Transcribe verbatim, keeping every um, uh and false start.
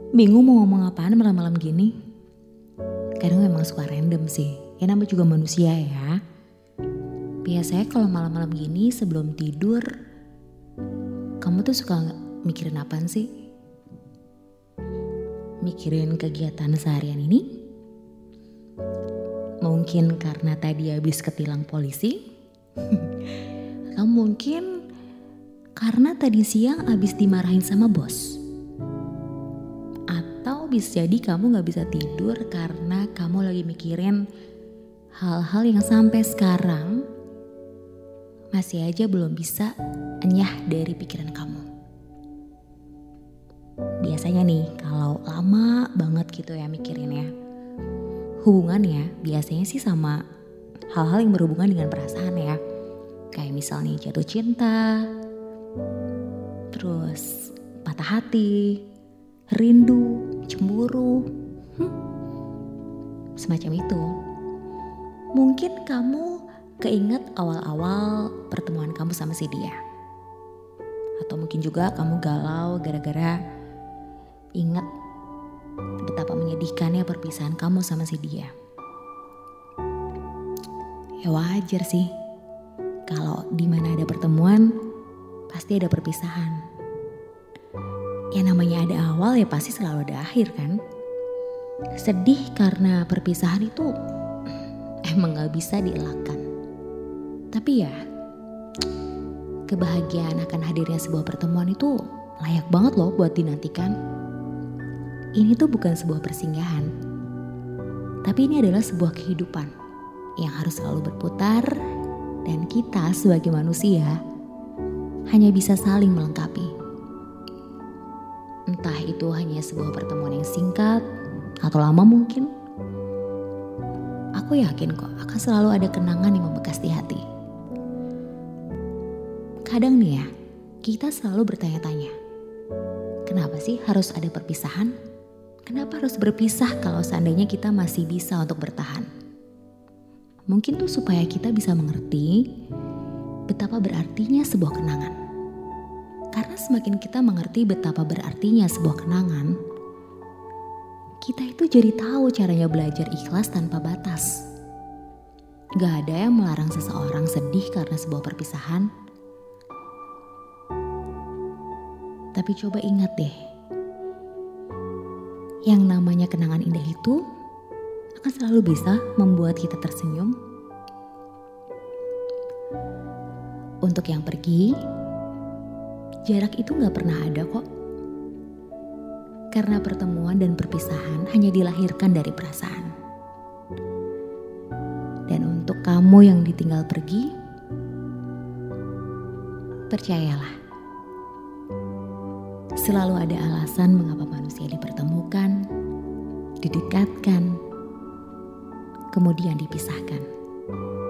Bingung mau ngomong apaan malam-malam gini? Kadang memang suka random sih. Ya namanya juga manusia ya. Biasanya kalau malam-malam gini sebelum tidur, kamu tuh suka mikirin apaan sih? Mikirin kegiatan seharian ini? Mungkin karena tadi habis ketilang polisi? Atau mungkin karena tadi siang habis dimarahin sama bos? Atau bisa jadi kamu gak bisa tidur karena kamu lagi mikirin hal-hal yang sampai sekarang masih aja belum bisa enyah dari pikiran kamu. Biasanya nih kalau lama banget gitu ya mikirinnya, hubungannya biasanya sih sama hal-hal yang berhubungan dengan perasaan ya. Kayak misalnya jatuh cinta, terus patah hati, rindu, cemburu, hmm, semacam itu. Mungkin kamu keinget awal-awal pertemuan kamu sama si dia. Atau mungkin juga kamu galau gara-gara ingat betapa menyedihkannya perpisahan kamu sama si dia. Ya wajar sih, kalau di mana ada pertemuan pasti ada perpisahan. Ya namanya ada awal ya pasti selalu ada akhir kan. Sedih karena perpisahan itu emang gak bisa dielakkan. Tapi ya kebahagiaan akan hadirnya sebuah pertemuan itu layak banget loh buat dinantikan. Ini tuh bukan sebuah persinggahan, tapi ini adalah sebuah kehidupan yang harus selalu berputar. Dan kita sebagai manusia hanya bisa saling melengkapi. Entah itu hanya sebuah pertemuan yang singkat atau lama mungkin. Aku yakin kok akan selalu ada kenangan yang membekas di hati. Kadang nih ya, kita selalu bertanya-tanya, kenapa sih harus ada perpisahan? Kenapa harus berpisah kalau seandainya kita masih bisa untuk bertahan? Mungkin tuh supaya kita bisa mengerti betapa berartinya sebuah kenangan. Karena semakin kita mengerti betapa berartinya sebuah kenangan, kita itu jadi tahu caranya belajar ikhlas tanpa batas. Gak ada yang melarang seseorang sedih karena sebuah perpisahan. Tapi coba ingat deh, yang namanya kenangan indah itu akan selalu bisa membuat kita tersenyum. Untuk yang pergi, jarak itu gak pernah ada kok. Karena pertemuan dan perpisahan hanya dilahirkan dari perasaan. Dan untuk kamu yang ditinggal pergi, percayalah, selalu ada alasan mengapa manusia dipertemukan, didekatkan, kemudian dipisahkan.